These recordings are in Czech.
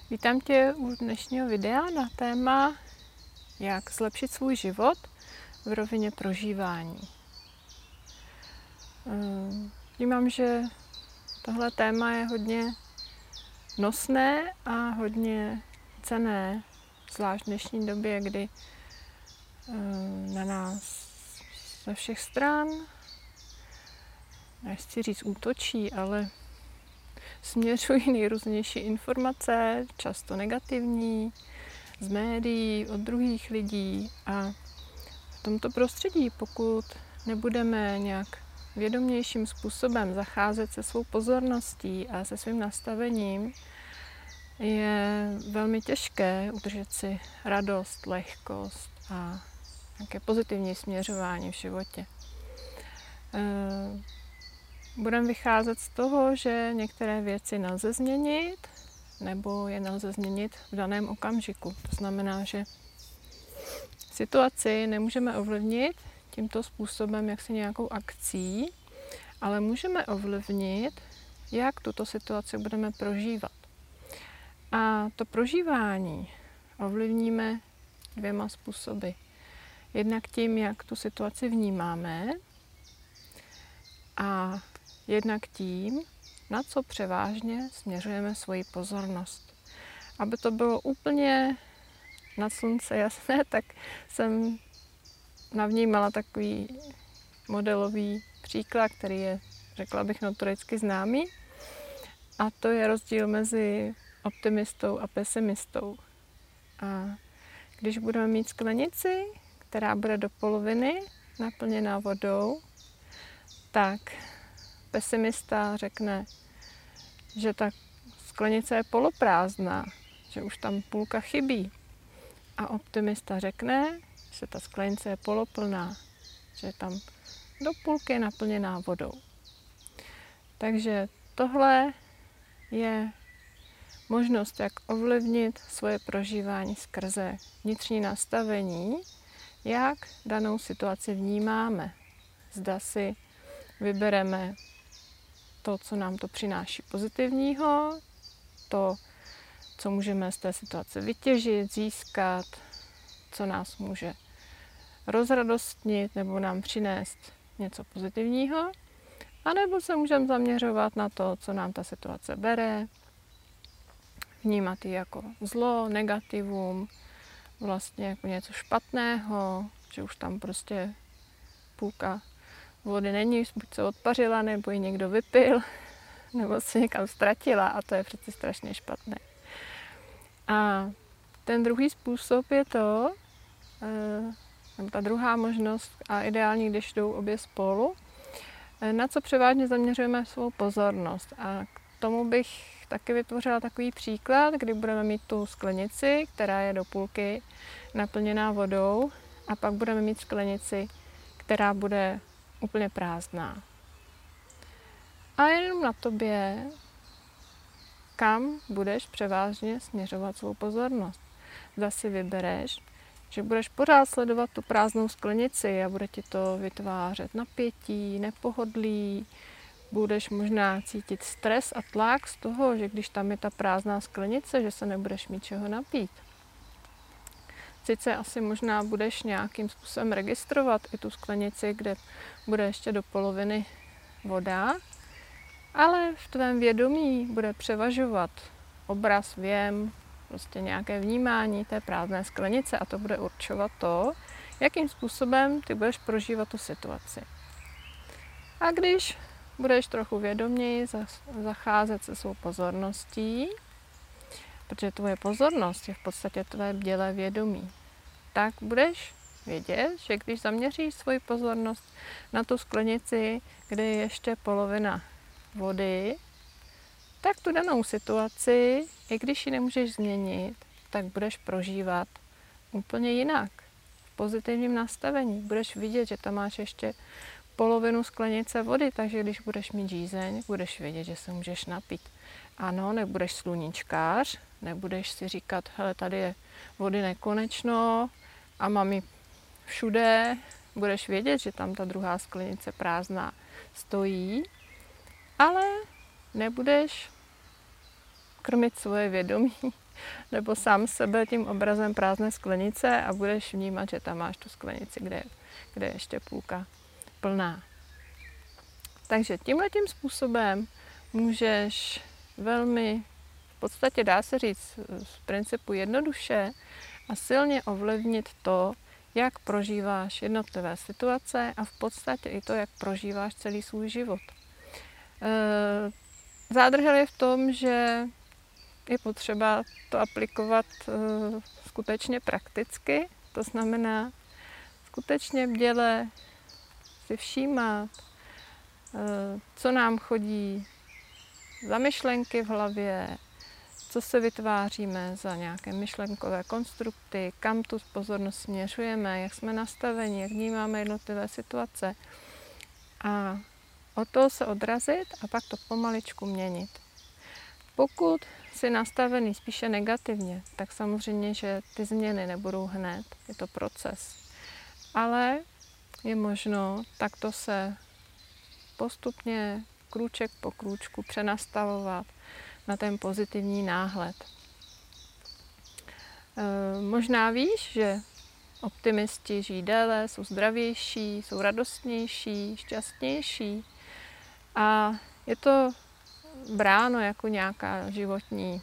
Vítám tě u dnešního videa na téma, jak zlepšit svůj život v rovině prožívání. Vnímám, že tohle téma je hodně nosné a hodně cenné, zvlášť v dnešní době, kdy na nás ze všech stran, nechci říct útočí, ale směřují nejrůznější informace, často negativní, z médií, od druhých lidí, a v tomto prostředí, pokud nebudeme nějak vědomějším způsobem zacházet se svou pozorností a se svým nastavením, je velmi těžké udržet si radost, lehkost a nějaké pozitivní směřování v životě. Budeme vycházet z toho, že některé věci nelze změnit, nebo je nelze změnit v daném okamžiku. To znamená, že situaci nemůžeme ovlivnit tímto způsobem, jak si nějakou akcí, ale můžeme ovlivnit, jak tuto situaci budeme prožívat. A to prožívání ovlivníme dvěma způsoby. Jednak tím, jak tu situaci vnímáme, a jednak tím, na co převážně směřujeme svoji pozornost. Aby to bylo úplně nad slunce jasné, tak jsem navnímala takový modelový příklad, který je, řekla bych, notoricky známý. A to je rozdíl mezi optimistou a pesimistou. A když budeme mít sklenici, která bude do poloviny naplněná vodou, tak pesimista řekne, že ta sklenice je poloprázdná, že už tam půlka chybí. A optimista řekne, že ta sklenice je poloplná, že je tam do půlky naplněná vodou. Takže tohle je možnost, jak ovlivnit svoje prožívání skrze vnitřní nastavení, jak danou situaci vnímáme. Zda si vybereme to, co nám to přináší pozitivního, to, co můžeme z té situace vytěžit, získat, co nás může rozradostnit nebo nám přinést něco pozitivního, anebo se můžeme zaměřovat na to, co nám ta situace bere, vnímat ji jako zlo, negativum, vlastně jako něco špatného, že už tam prostě půlka vody není, buď se odpařila, nebo ji někdo vypil, nebo se někam ztratila, a to je přeci strašně špatné. A ten druhý způsob je to, nebo ta druhá možnost, a ideální, když jdou obě spolu, na co převážně zaměřujeme svou pozornost. A k tomu bych taky vytvořila takový příklad, kdy budeme mít tu sklenici, která je do půlky naplněná vodou, a pak budeme mít sklenici, která bude úplně prázdná. A jenom na tobě, kam budeš převážně směřovat svou pozornost. Zda si vybereš, že budeš pořád sledovat tu prázdnou sklenici a bude ti to vytvářet napětí, nepohodlí, budeš možná cítit stres a tlak z toho, že když tam je ta prázdná sklenice, že se nebudeš mít čeho napít. Sice asi možná budeš nějakým způsobem registrovat i tu sklenici, kde bude ještě do poloviny voda, ale v tvém vědomí bude převažovat obraz, věm, prostě nějaké vnímání té prázdné sklenice, a to bude určovat to, jakým způsobem ty budeš prožívat tu situaci. A když budeš trochu vědoměji zacházet se svou pozorností, protože tvoje pozornost je v podstatě tvé bdělé vědomí, tak budeš vědět, že když zaměříš svoji pozornost na tu sklenici, kde je ještě polovina vody, tak tu danou situaci, i když ji nemůžeš změnit, tak budeš prožívat úplně jinak. V pozitivním nastavení. Budeš vidět, že tam máš ještě polovinu sklenice vody, takže když budeš mít žízeň, budeš vědět, že se můžeš napít. Ano, nebudeš sluníčkář, nebudeš si říkat, hele, tady je vody nekonečno a mám ji všude. Budeš vědět, že tam ta druhá sklenice prázdná stojí, ale nebudeš krmit svoje vědomí nebo sám sebe tím obrazem prázdné sklenice a budeš vnímat, že tam máš tu sklenici, kde je ještě půlka plná. Takže tímhletím způsobem můžeš velmi, v podstatě dá se říct z principu jednoduše a silně ovlivnit to, jak prožíváš jednotlivé situace a v podstatě i to, jak prožíváš celý svůj život. Zádrhel je v tom, že je potřeba to aplikovat skutečně prakticky, to znamená skutečně bděle si všímat, co nám chodí za myšlenky v hlavě, co se vytváříme za nějaké myšlenkové konstrukty, kam tu pozornost směřujeme, jak jsme nastaveni, jak vnímáme jednotlivé situace. A od toho se odrazit a pak to pomaličku měnit. Pokud jsi nastavený spíše negativně, tak samozřejmě, že ty změny nebudou hned, je to proces. Ale je možno takto se postupně, krůček po krůčku přenastavovat na ten pozitivní náhled. Možná víš, že optimisti žijí déle, jsou zdravější, jsou radostnější, šťastnější a je to bráno jako nějaká životní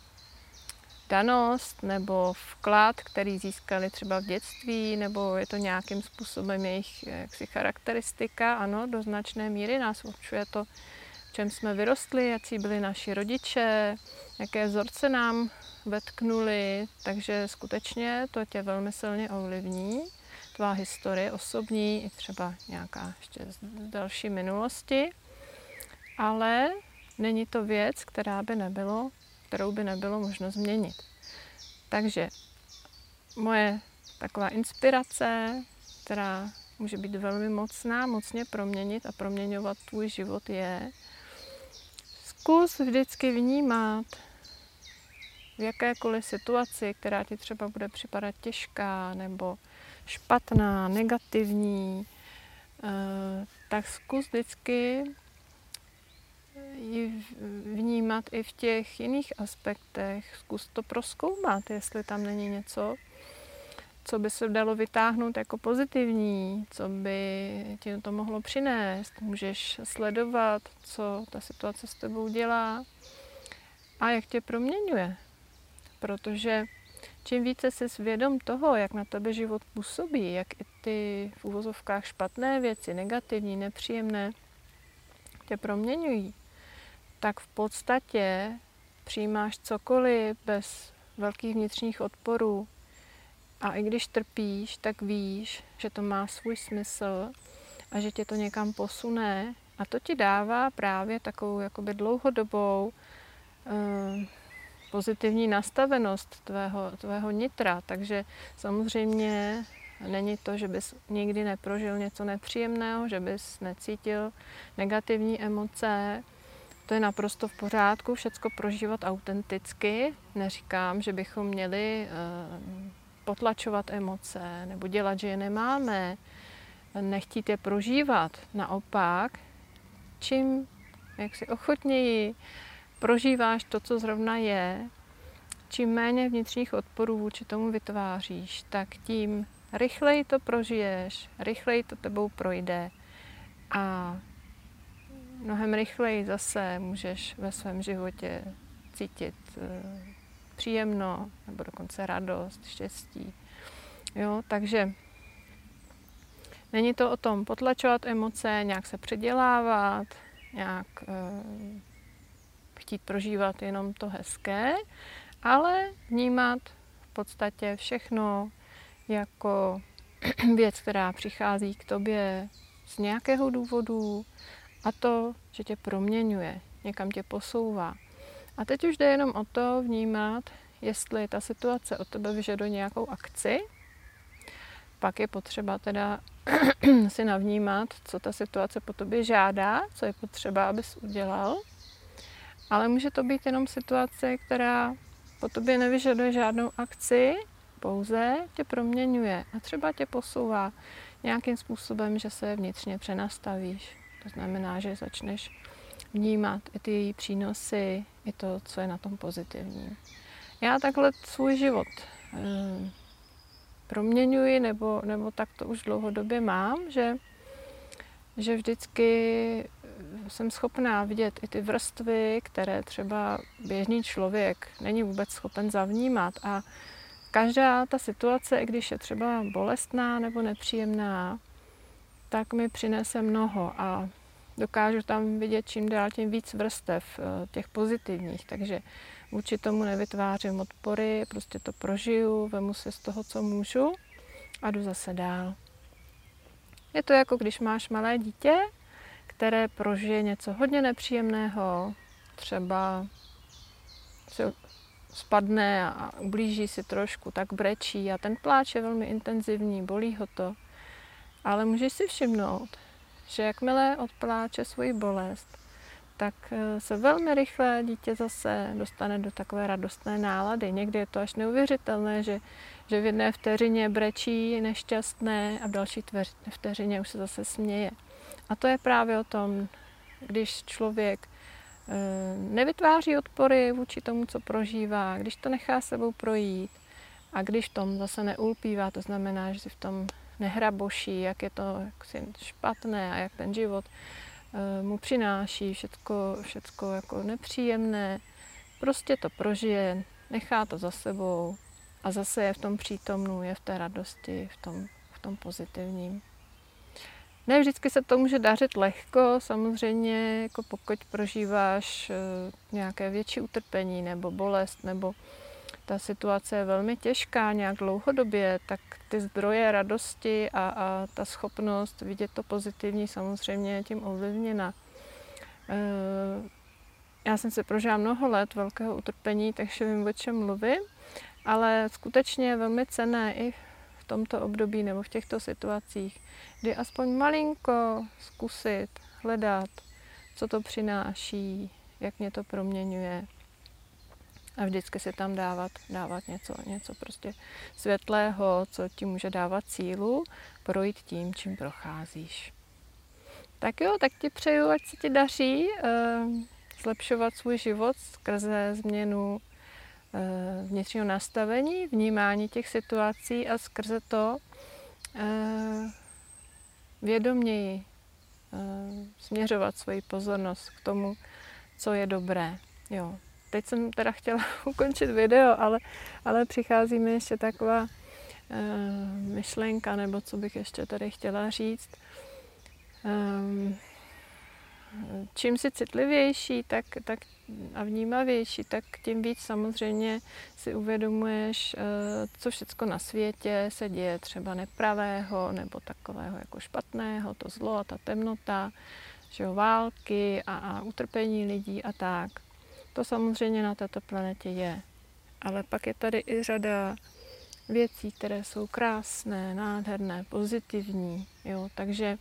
danost nebo vklad, který získali třeba v dětství, nebo je to nějakým způsobem jejich jaksi charakteristika. Ano, do značné míry nás určuje to, v čem jsme vyrostli, jaký byli naši rodiče, jaké vzorce nám vetknuli, takže skutečně to tě velmi silně ovlivní, tvá historie osobní i třeba nějaká ještě z další minulosti, ale není to věc, kterou by nebylo možno změnit. Takže moje taková inspirace, která může být velmi mocná, mocně proměnit a proměňovat tvůj život je: zkus vždycky vnímat v jakékoliv situaci, která ti třeba bude připadat těžká nebo špatná, negativní, tak zkus vždycky ji vnímat i v těch jiných aspektech. Zkus to prozkoumat, jestli tam není něco, co by se dalo vytáhnout jako pozitivní, co by ti to mohlo přinést. Můžeš sledovat, co ta situace s tebou dělá a jak tě proměňuje. Protože čím více jsi svědom toho, jak na tebe život působí, jak i ty v uvozovkách špatné věci, negativní, nepříjemné, tě proměňují, tak v podstatě přijímáš cokoliv bez velkých vnitřních odporů. A i když trpíš, tak víš, že to má svůj smysl a že tě to někam posune. A to ti dává právě takovou jakoby dlouhodobou pozitivní nastavenost tvého nitra. Takže samozřejmě není to, že bys nikdy neprožil něco nepříjemného, že bys necítil negativní emoce. To je naprosto v pořádku, všecko prožívat autenticky. Neříkám, že bychom měli potlačovat emoce nebo dělat, že je nemáme, nechtít je prožívat. Naopak, čím jaksi ochotněji prožíváš to, co zrovna je, čím méně vnitřních odporů vůči tomu vytváříš, tak tím rychleji to prožiješ, rychleji to tebou projde a mnohem rychleji zase můžeš ve svém životě cítit příjemno nebo dokonce radost, štěstí. Jo, takže není to o tom potlačovat emoce, nějak se předělávat, nějak chtít prožívat jenom to hezké, ale vnímat v podstatě všechno jako věc, která přichází k tobě z nějakého důvodu a to, že tě proměňuje, někam tě posouvá. A teď už jde jenom o to vnímat, jestli ta situace od tebe vyžaduje nějakou akci, pak je potřeba teda si navnímat, co ta situace po tobě žádá, co je potřeba, abys udělal. Ale může to být jenom situace, která po tobě nevyžaduje žádnou akci, pouze tě proměňuje a třeba tě posouvá nějakým způsobem, že se vnitřně přenastavíš. To znamená, že začneš vnímat i ty její přínosy, i to, co je na tom pozitivní. já takhle svůj život proměňuji, nebo tak to už dlouhodobě mám, že vždycky jsem schopná vidět i ty vrstvy, které třeba běžný člověk není vůbec schopen zavnímat. A každá ta situace, i když je třeba bolestná nebo nepříjemná, tak mi přinese mnoho a dokážu tam vidět čím dál tím víc vrstev těch pozitivních. Takže vůči tomu nevytvářím odpory, prostě to prožiju, vemu si z toho, co můžu a jdu zase dál. Je to jako když máš malé dítě, které prožije něco hodně nepříjemného, třeba se spadne a ublíží si trošku, tak brečí a ten pláč je velmi intenzivní, bolí ho to. Ale můžeš si všimnout, že jakmile odpláče svoji bolest, tak se velmi rychle dítě zase dostane do takové radostné nálady. Někdy je to až neuvěřitelné, že v jedné vteřině brečí nešťastné a v další vteřině už se zase směje. A to je právě o tom, když člověk nevytváří odpory vůči tomu, co prožívá, když to nechá sebou projít a když v tom zase neulpívá, to znamená, že si v tom nehraboší, jak je to jaksi špatné a jak ten život mu přináší všecko jako nepříjemné. Prostě to prožije, nechá to za sebou a zase je v tom přítomnu, je v té radosti, v tom pozitivním. Ne vždycky se to může dařit lehko, samozřejmě, jako pokud prožíváš nějaké větší utrpení nebo bolest, nebo ta situace je velmi těžká nějak dlouhodobě, tak ty zdroje radosti a ta schopnost vidět to pozitivní samozřejmě je tím ovlivněna. Já jsem si prožila mnoho let velkého utrpení, takže vím, o čem mluvím, ale skutečně je velmi cenné i v tomto období nebo v těchto situacích, kdy aspoň malinko zkusit hledat, co to přináší, jak mě to proměňuje a vždycky si tam dávat něco prostě světlého, co ti může dávat sílu, projít tím, čím procházíš. Tak jo, tak ti přeju, ať se ti daří zlepšovat svůj život skrze změnu vnitřního nastavení, vnímání těch situací a skrze to vědoměji směřovat svoji pozornost k tomu, co je dobré. Jo. Teď jsem teda chtěla ukončit video, ale přichází mi ještě taková myšlenka, nebo co bych ještě tady chtěla říct. Čím jsi citlivější tak a vnímavější, tak tím víc samozřejmě si uvědomuješ, co všecko na světě se děje třeba nepravého nebo takového jako špatného, to zlo a ta temnota, že jo, války a utrpení lidí a tak. To samozřejmě na této planetě je. Ale pak je tady i řada věcí, které jsou krásné, nádherné, pozitivní. Jo? Takže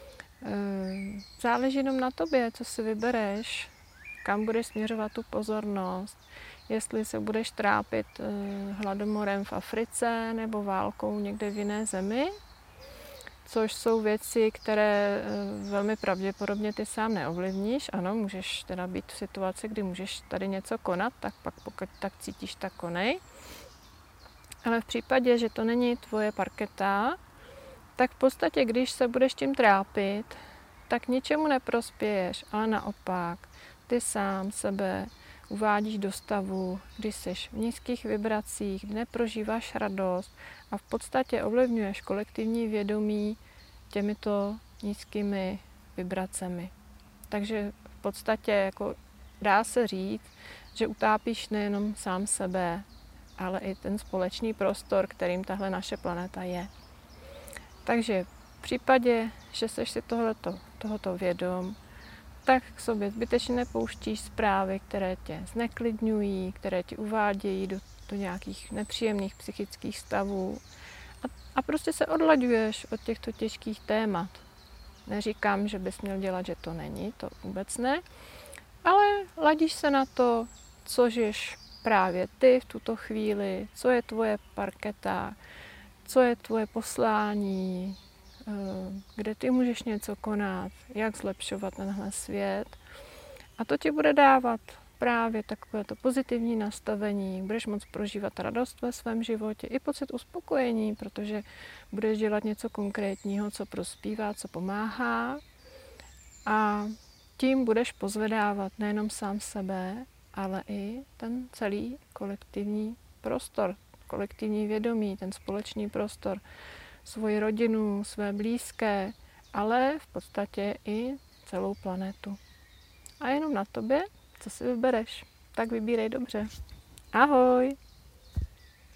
záleží jenom na tobě, co si vybereš, kam budeš směřovat tu pozornost, jestli se budeš trápit hladomorem v Africe nebo válkou někde v jiné zemi, což jsou věci, které velmi pravděpodobně ty sám neovlivníš. Ano, můžeš teda být v situaci, kdy můžeš tady něco konat, tak pak pokud tak cítíš, tak konej. Ale v případě, že to není tvoje parketa, tak v podstatě, když se budeš tím trápit, tak ničemu neprospěješ, ale naopak, ty sám sebe uvádíš do stavu, kdy jsi v nízkých vibracích, kdy neprožíváš radost a v podstatě ovlivňuješ kolektivní vědomí těmito nízkými vibracemi. Takže v podstatě jako dá se říct, že utápíš nejenom sám sebe, ale i ten společný prostor, kterým tahle naše planeta je. Takže v případě, že seš si tohoto vědom, tak k sobě zbytečně nepouštíš zprávy, které tě zneklidňují, které tě uvádějí do nějakých nepříjemných psychických stavů a prostě se odlaďuješ od těchto těžkých témat. Neříkám, že bys měl dělat, že to není, to vůbec ne, ale ladíš se na to, co žiješ právě ty v tuto chvíli, co je tvoje parketa, co je tvoje poslání, kde ty můžeš něco konat, jak zlepšovat tenhle svět. A to ti bude dávat právě takové to pozitivní nastavení, budeš moct prožívat radost ve svém životě i pocit uspokojení, protože budeš dělat něco konkrétního, co prospívá, co pomáhá a tím budeš pozvedávat nejenom sám sebe, ale i ten celý kolektivní prostor, kolektivní vědomí, ten společný prostor, svoji rodinu, své blízké, ale v podstatě i celou planetu. A jenom na tobě, co si vybereš. Tak vybírej dobře. Ahoj!